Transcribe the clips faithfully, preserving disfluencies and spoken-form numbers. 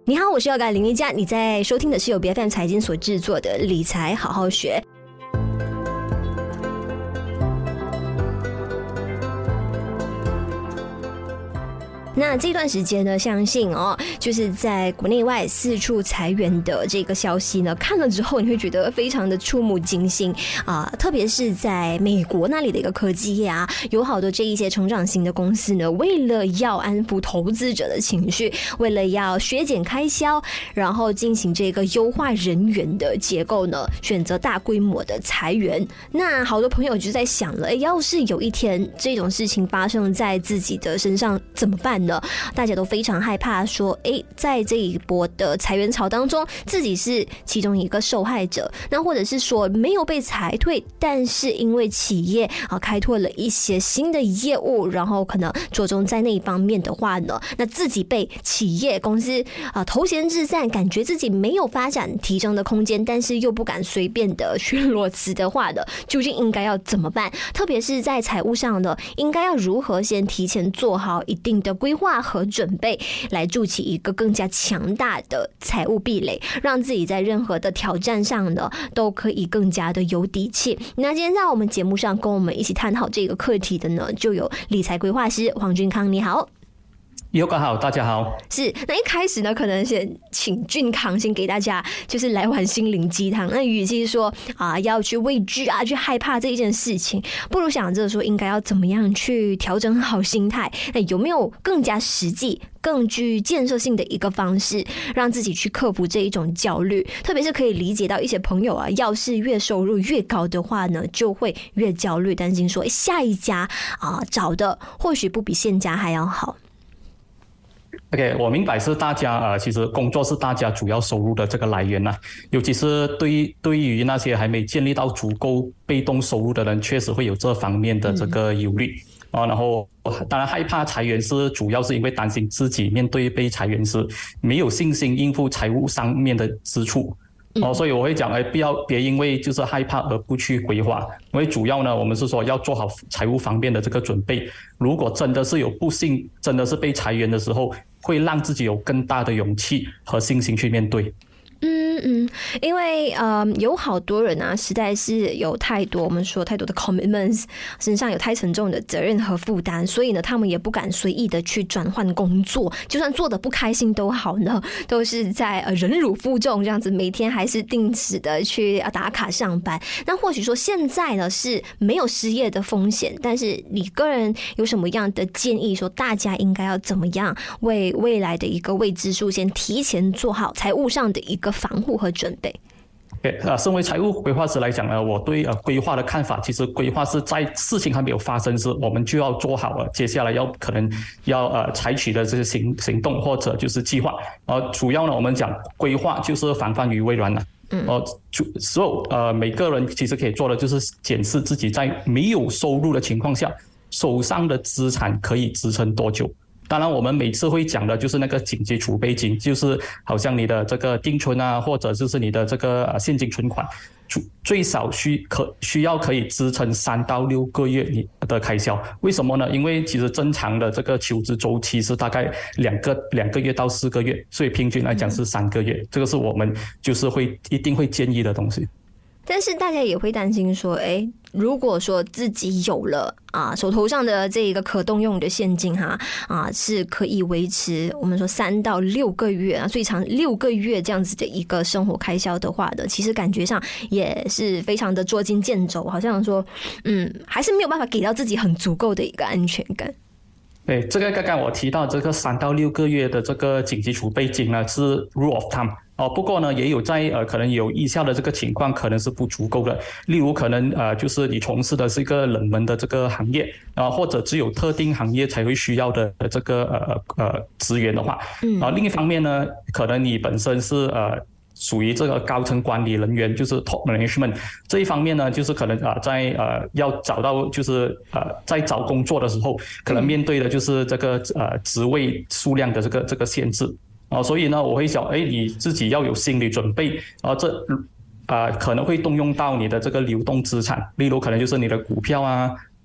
你好，我是要改林一佳，你在收听的是由 B F M 财经所制作的理财好好学。那这段时间呢，相信哦，就是在国内外四处裁员的这个消息呢，看了之后你会觉得非常的触目惊心啊、呃！特别是在美国那里的一个科技业啊，有好多这一些成长型的公司呢，为了要安抚投资者的情绪，为了要削减开销，然后进行这个优化人员的结构呢，选择大规模的裁员。那好多朋友就在想了，要是有一天这种事情发生在自己的身上怎么办呢？大家都非常害怕说，哎，在这一波的裁员潮当中，自己是其中一个受害者。那或者是说没有被裁退，但是因为企业啊开拓了一些新的业务，然后可能着重在那一方面的话呢，那自己被企业公司啊头衔制散，感觉自己没有发展提升的空间，但是又不敢随便的去裸辞的话呢，究竟应该要怎么办？特别是在财务上呢，应该要如何先提前做好一定的规划和准备，来筑起一个更加强大的财务壁垒，让自己在任何的挑战上呢，都可以更加的有底气。那今天在我们节目上跟我们一起探讨这个课题的呢，就有理财规划师黄俊康，你好。 佑哥好，大家好。 是，那一开始呢，可能先请俊康先给大家就是来碗心灵鸡汤。那与其说啊要去畏惧啊去害怕这一件事情，不如想着说应该要怎么样去调整好心态。那有没有更加实际、更具建设性的一个方式，让自己去克服这一种焦虑？特别是可以理解到一些朋友啊，要是月收入越高的话呢，就会越焦虑，担心说下一家啊找的或许不比现家还要好。 OK， 我明白是大家呃，其实工作是大家主要收入的这个来源呐、啊，尤其是对于对于那些还没建立到足够被动收入的人，确实会有这方面的这个忧虑啊、嗯。然后当然害怕裁员是主要是因为担心自己面对被裁员时没有信心应付财务上面的支出。哦，所以我会讲，哎，不要别因为就是害怕而不去规划，因为主要呢，我们是说要做好财务方面的这个准备。如果真的是有不幸，真的是被裁员的时候，会让自己有更大的勇气和信心去面对。 嗯嗯，因为呃有好多人啊，实在是有太多我们说太多的 commitments， 身上有太沉重的责任和负担，所以呢，他们也不敢随意的去转换工作，就算做的不开心都好呢，都是在呃忍辱负重这样子，每天还是定时的去打卡上班。那或许说现在呢是没有失业的风险，但是你个人有什么样的建议，说大家应该要怎么样为未来的一个未知数先提前做好财务上的一个防护和准备？ 呃，身为财务规划师来讲呢，我对呃规划的看法，其实规划是在事情还没有发生时，我们就要做好了接下来要可能要呃采取的这些行行动或者就是计划。呃，主要呢，我们讲规划就是防范于未然了。嗯，呃，所有呃每个人其实可以做的就是检视自己在没有收入的情况下，手上的资产可以支撑多久。当然我们每次会讲的就是那个紧急储备金，就是好像你的这个定存啊，或者就是你的这个现金存款，最少需可需要可以支撑三到六个月你的开销。为什么呢？因为其实正常的这个求职周期是大概两个两个月到四个月，所以平均来讲是三个月，这个是我们就是会一定会建议的东西。 但是大家也会担心说，哎，如果说自己有了啊手头上的这个可动用的现金哈啊是可以维持我们说三到六个月啊最长六个月这样子的一个生活开销的话的，其实感觉上也是非常的捉襟见肘，好像说嗯还是没有办法给到自己很足够的一个安全感。 对，这个刚刚我提到这个三到六个月的这个紧急储备金呢，是 rule of thumb。哦，不过呢，也有在呃，可能有以下的这个情况，可能是不足够的。例如，可能呃，就是你从事的是一个冷门的这个行业啊、呃，或者只有特定行业才会需要的这个呃呃资源的话，嗯，啊，另一方面呢，可能你本身是呃。属于这个高层管理人员，就是 top management 这一方面呢，就是可能啊、呃，在呃要找到就是呃在找工作的时候，可能面对的就是这个呃职位数量的这个这个限制啊、呃，所以呢，我会想，哎，你自己要有心理准备啊、呃，这啊、呃、可能会动用到你的这个流动资产，例如可能就是你的股票啊。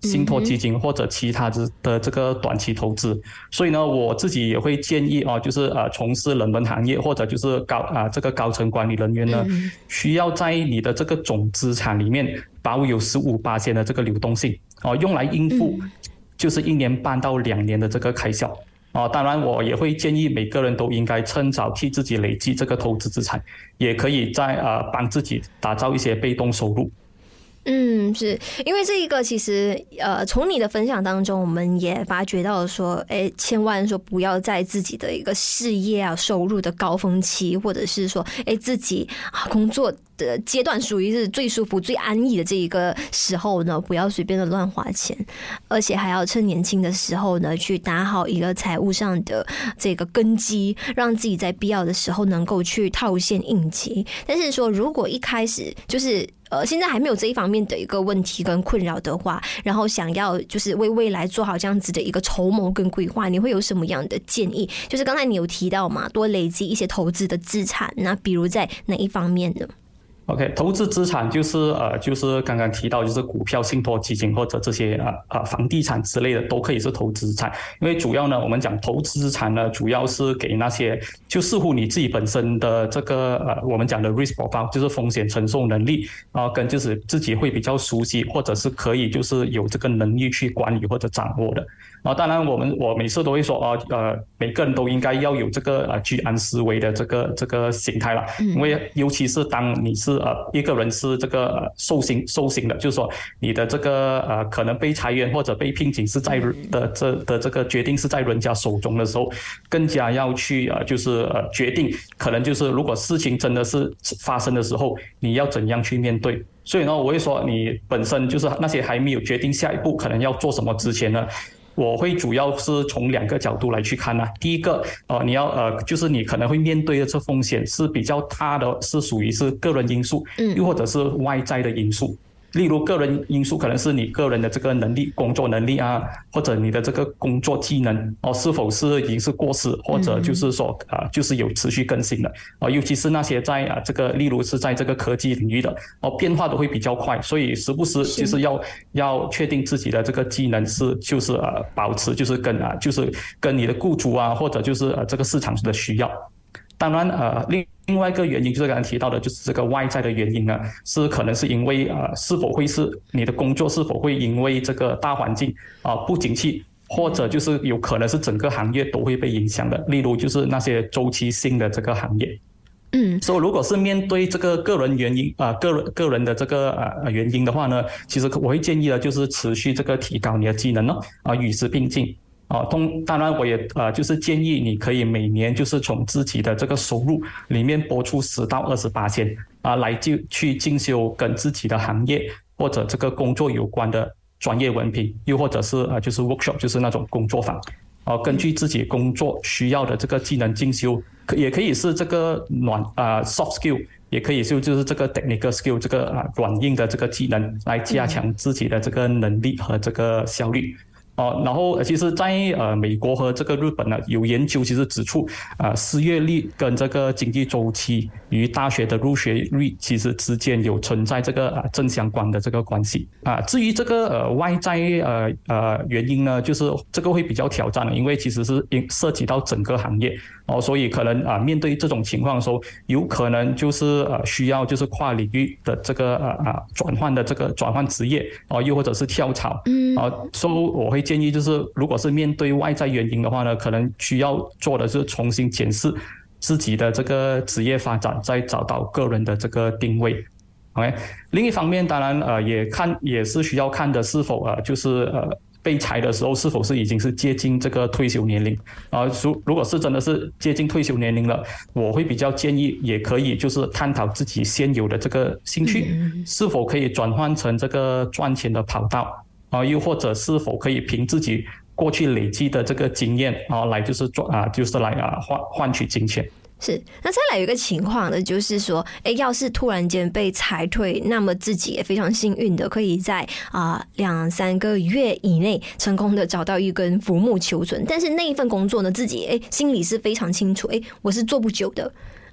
信托基金或者其他的这个短期投资。所以呢，我自己也会建议哦，就是呃从事人文行业或者就是高啊、呃、这个高层管理人员呢，需要在你的这个总资产里面保有 百分之十五 的这个流动性哦，用来应付就是一年半到两年的这个开销。哦，当然我也会建议每个人都应该趁早替自己累积这个投资资产，也可以在呃帮自己打造一些被动收入。 嗯，是因为这一个其实呃，从你的分享当中，我们也发觉到说，哎，千万说不要在自己的一个事业啊、收入的高峰期，或者是说，哎，自己啊工作的阶段属于是最舒服、最安逸的这一个时候呢，不要随便的乱花钱，而且还要趁年轻的时候呢，去打好一个财务上的这个根基，让自己在必要的时候能够去套现应急。但是说，如果一开始就是呃，现在还没有这一方面的一个问题跟困扰的话，然后想要就是为未来做好这样子的一个筹谋跟规划，你会有什么样的建议？就是刚才你有提到嘛，多累积一些投资的资产，那比如在哪一方面呢 ？OK， 投资资产就是呃，就是刚刚提到，就是股票、信托基金或者这些呃呃房地产之类的，都可以是投资资产。因为主要呢，我们讲投资资产呢，主要是给那些就视乎你自己本身的这个呃，我们讲的 risk profile， 就是风险承受能力啊、呃，跟就是自己会比较熟悉，或者是可以就是有这个能力去管理或者掌握的。啊，当然我们我每次都会说哦，呃，每个人都应该要有这个呃居安思危的这个这个心态了，因为尤其是当你是呃一个人是这个呃受薪受薪的，就是说你的这个呃可能被裁员或者被聘请是在的这的这个决定是在人家手中的时候，更加要去呃就是呃决定，可能就是如果事情真的是发生的时候，你要怎样去面对。所以呢，我会说你本身就是那些还没有决定下一步可能要做什么之前呢，我会主要是从两个角度来去看呢、啊。第一个，呃，你要呃，就是你可能会面对的这风险是比较大的，是属于是个人因素，又或者是外在的因素。例如个人因素可能是你个人的这个能力、工作能力啊，或者你的这个工作技能哦，是否是已经是过时，或者就是说啊、呃，就是有持续更新的哦，尤其是那些在啊这个，例如是在这个科技领域的哦，变化都会比较快，所以时不时就是要要确定自己的这个技能是就是呃保持就是跟啊就是跟你的雇主啊，或者就是呃这个市场的需要。当然，呃，另另外一个原因就是刚才提到的，就是这个外在的原因呢，是可能是因为呃，是否会是你的工作是否会因为这个大环境啊、呃、不景气，或者就是有可能是整个行业都会被影响的，例如就是那些周期性的这个行业。嗯，所以如果是面对这个个人原因啊、呃，个人个人的这个呃原因的话呢，其实我会建议的就是持续这个提高你的技能呢，啊、呃，与时并进。哦，通当然我也呃就是建议你可以每年就是从自己的这个收入里面拨出十到二十八千啊，来就去进修跟自己的行业或者这个工作有关的专业文凭，又或者是呃就是 workshop， 就是那种工作坊。哦，根据自己工作需要的这个技能进修，也可以是这个软啊、呃、soft skill， 也可以就就是这个 technical skill， 这个啊软硬的这个技能，来加强自己的这个能力和这个效率。哦，然后其实在呃美国和这个日本呢，有研究其实指出，呃失业率跟这个经济周期与大学的入学率其实之间有存在这个呃正相关的这个关系啊。至于这个呃外在呃呃原因呢，就是这个会比较挑战的，因为其实是涉及到整个行业哦，所以可能啊、呃、面对这种情况的时候，有可能就是呃需要就是跨领域的这个呃啊转换的这个转换职业哦，又或者是跳槽，嗯啊，所以我会建议就是，如果是面对外在原因的话呢，可能需要做的是重新检视自己的这个职业发展，再找到个人的这个定位。OK， 另一方面，当然呃也看也是需要看的是否呃就是呃被裁的时候是否是已经是接近这个退休年龄啊、呃。如如果是真的是接近退休年龄了，我会比较建议也可以就是探讨自己现有的这个兴趣是否可以转换成这个赚钱的跑道。啊，又或者是否可以凭自己过去累积的这个经验啊，来就是做啊，就是来啊换换取金钱。 是，那再来有一个情况呢，就是说，哎，要是突然间被裁退，那么自己也非常幸运的，可以在啊两三个月以内成功的找到一根浮木求存。但是那一份工作呢，自己哎心里是非常清楚，哎，我是做不久的。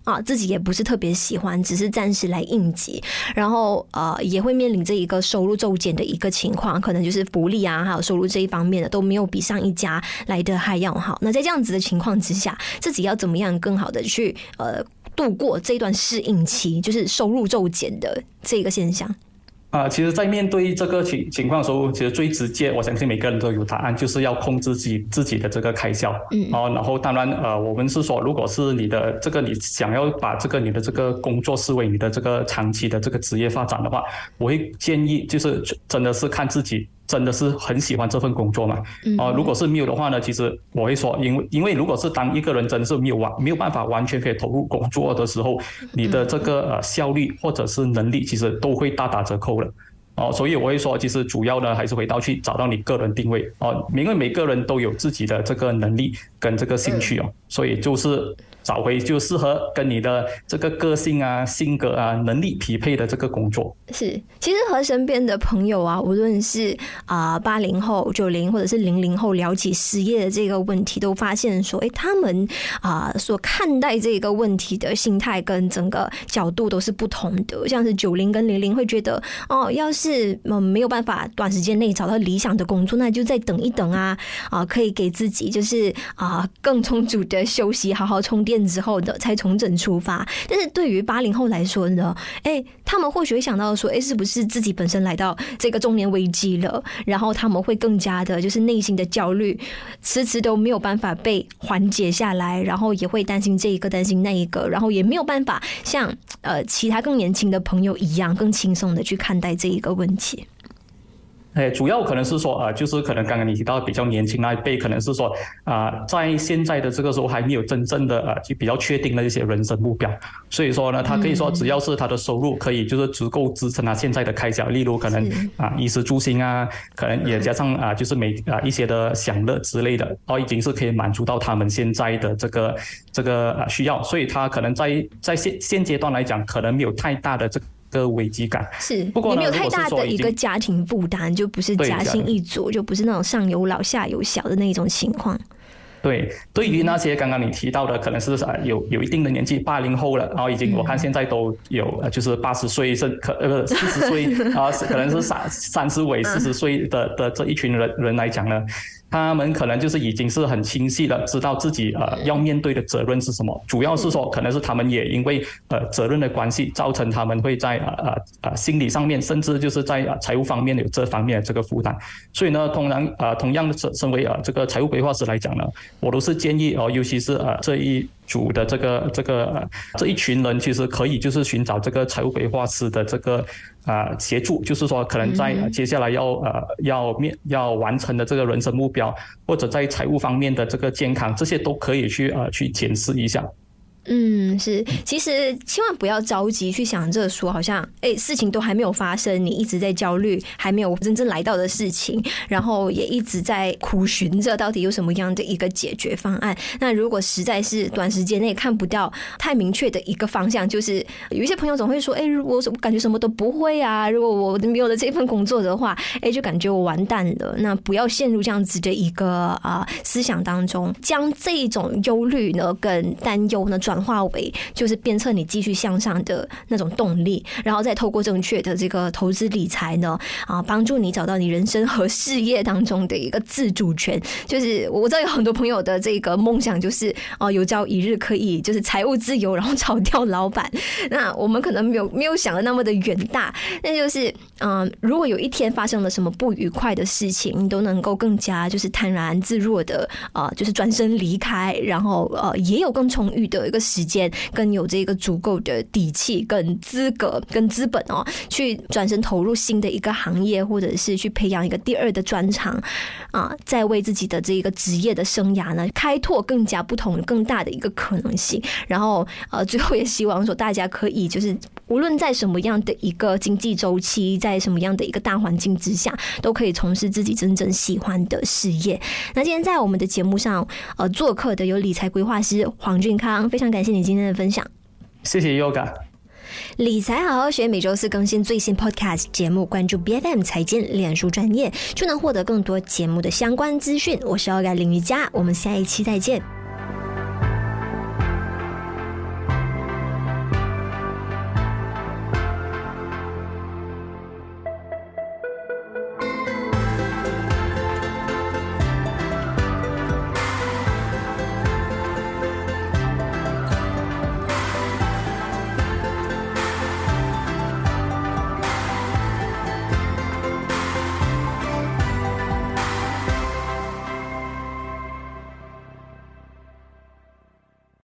啊，自己也不是特别喜欢，只是暂时来应急，然后呃也会面临这一个收入骤减的一个情况，可能就是福利啊还有收入这一方面的都没有比上一家来的还要好。那在这样子的情况之下，自己要怎么样更好的去呃度过这段适应期，就是收入骤减的这个现象？ 啊、呃，其实，在面对这个情情况的时候，其实最直接，我相信每个人都有答案，就是要控制自己自己的这个开销。嗯，哦，然后当然，呃，我们是说，如果是你的这个你想要把这个你的这个工作视为你的这个长期的这个职业发展的话，我会建议就是真的是看自己。真的是很喜欢这份工作嘛？哦、呃，如果是没有的话呢，其实我会说，因为因为如果是当一个人真的是没有完没有办法完全可以投入工作的时候，你的这个呃效率或者是能力，其实都会大打折扣了。哦，所以我会说，其实主要呢还是回到去找到你个人定位哦，因为每个人都有自己的这个能力跟这个兴趣哦，所以就是找回就适合跟你的这个个性啊、性格啊、能力匹配的这个工作。 是，其实和身边的朋友啊，无论是啊八零后、九零或者是零零后聊起失业的这个问题，都发现说，哎，他们啊所看待这个问题的心态跟整个角度都是不同的。像是九零跟零零会觉得，哦，要是是嗯没有办法短时间内找到理想的工作，那就再等一等啊啊，可以给自己就是啊更充足的休息，好好充电之后的才重整出发。但是对于八零后来说呢，哎，他们或许会想到说，哎，是不是自己本身来到这个中年危机了？然后他们会更加的就是内心的焦虑，迟迟都没有办法被缓解下来，然后也会担心这一个担心那一个，然后也没有办法像呃其他更年轻的朋友一样更轻松的去看待这一个问题。 哎，主要可能是说，呃，就是可能刚刚你提到比较年轻那一辈，可能是说，啊、呃，在现在的这个时候还没有真正的呃，就比较确定的一些人生目标，所以说呢，他可以说只要是他的收入可以就是足够支撑他现在的开销，例如可能啊、呃、衣食住行啊，可能也加上啊、呃、就是每啊、呃、一些的享乐之类的，哦，已经是可以满足到他们现在的这个这个呃需要，所以他可能在在现现阶段来讲，可能没有太大的这个。个危机感是， 不过也没有太大的一个家庭负担，就不是家庭一族，就不是那种上有老下有小的那种情况。 对，对于那些刚刚你提到的，可能是有有一定的年纪，八零后了，然后已经我看现在都有就是八十岁，甚可呃四十岁啊，可能是三三十尾四十岁的的这一群人人来讲呢。他们可能就是已经是很清晰的知道自己呃要面对的责任是什么，主要是说可能是他们也因为呃责任的关系，造成他们会在呃呃呃心理上面，甚至就是在呃财务方面有这方面的这个负担。所以呢，通常呃同样的身为呃这个财务规划师来讲呢，我都是建议哦，尤其是呃这一组的这个这个、呃、这一群人，其实可以就是寻找这个财务规划师的这个呃协助，就是说可能在、呃、接下来要呃要面要完成的这个人生目标，或者在财务方面的这个健康，这些都可以去呃去检视一下。 嗯，是，其实千万不要着急去想着说，好像哎事情都还没有发生，你一直在焦虑，还没有真正来到的事情，然后也一直在苦寻着到底有什么样的一个解决方案。那如果实在是短时间内看不到太明确的一个方向，就是有一些朋友总会说，哎，如果我感觉什么都不会啊，如果我没有了这份工作的话，哎，就感觉我完蛋了。那不要陷入这样子的一个啊、呃、思想当中，将这种忧虑呢跟担忧呢转化为就是鞭策你继续向上的那种动力，然后再透过正确的这个投资理财呢，啊，帮助你找到你人生和事业当中的一个自主权。就是我知道有很多朋友的这个梦想就是哦，有朝一日可以就是财务自由，然后炒掉老板。那我们可能没有没有想的那么的远大，那就是嗯、呃，如果有一天发生了什么不愉快的事情，你都能够更加就是坦然自若的啊、呃，就是转身离开，然后呃，也有更充裕的一个时间，更有这个足够的底气、跟资格、跟资本哦，去转身投入新的一个行业，或者是去培养一个第二的专长啊，再为自己的这个职业的生涯呢，开拓更加不同、更大的一个可能性。然后呃，最后也希望说大家可以就是无论在什么样的一个经济周期，在什么样的一个大环境之下，都可以从事自己真正喜欢的事业。那今天在我们的节目上呃做客的有理财规划师黄俊康，非常感谢你今天的分享。 谢谢 Yoga。 理财好好学，每周四更新最新 podcast 节目，关注 B F M 财经脸书专页，就能获得更多节目的相关资讯。我是 Yoga 林瑜伽，我们下一期再见。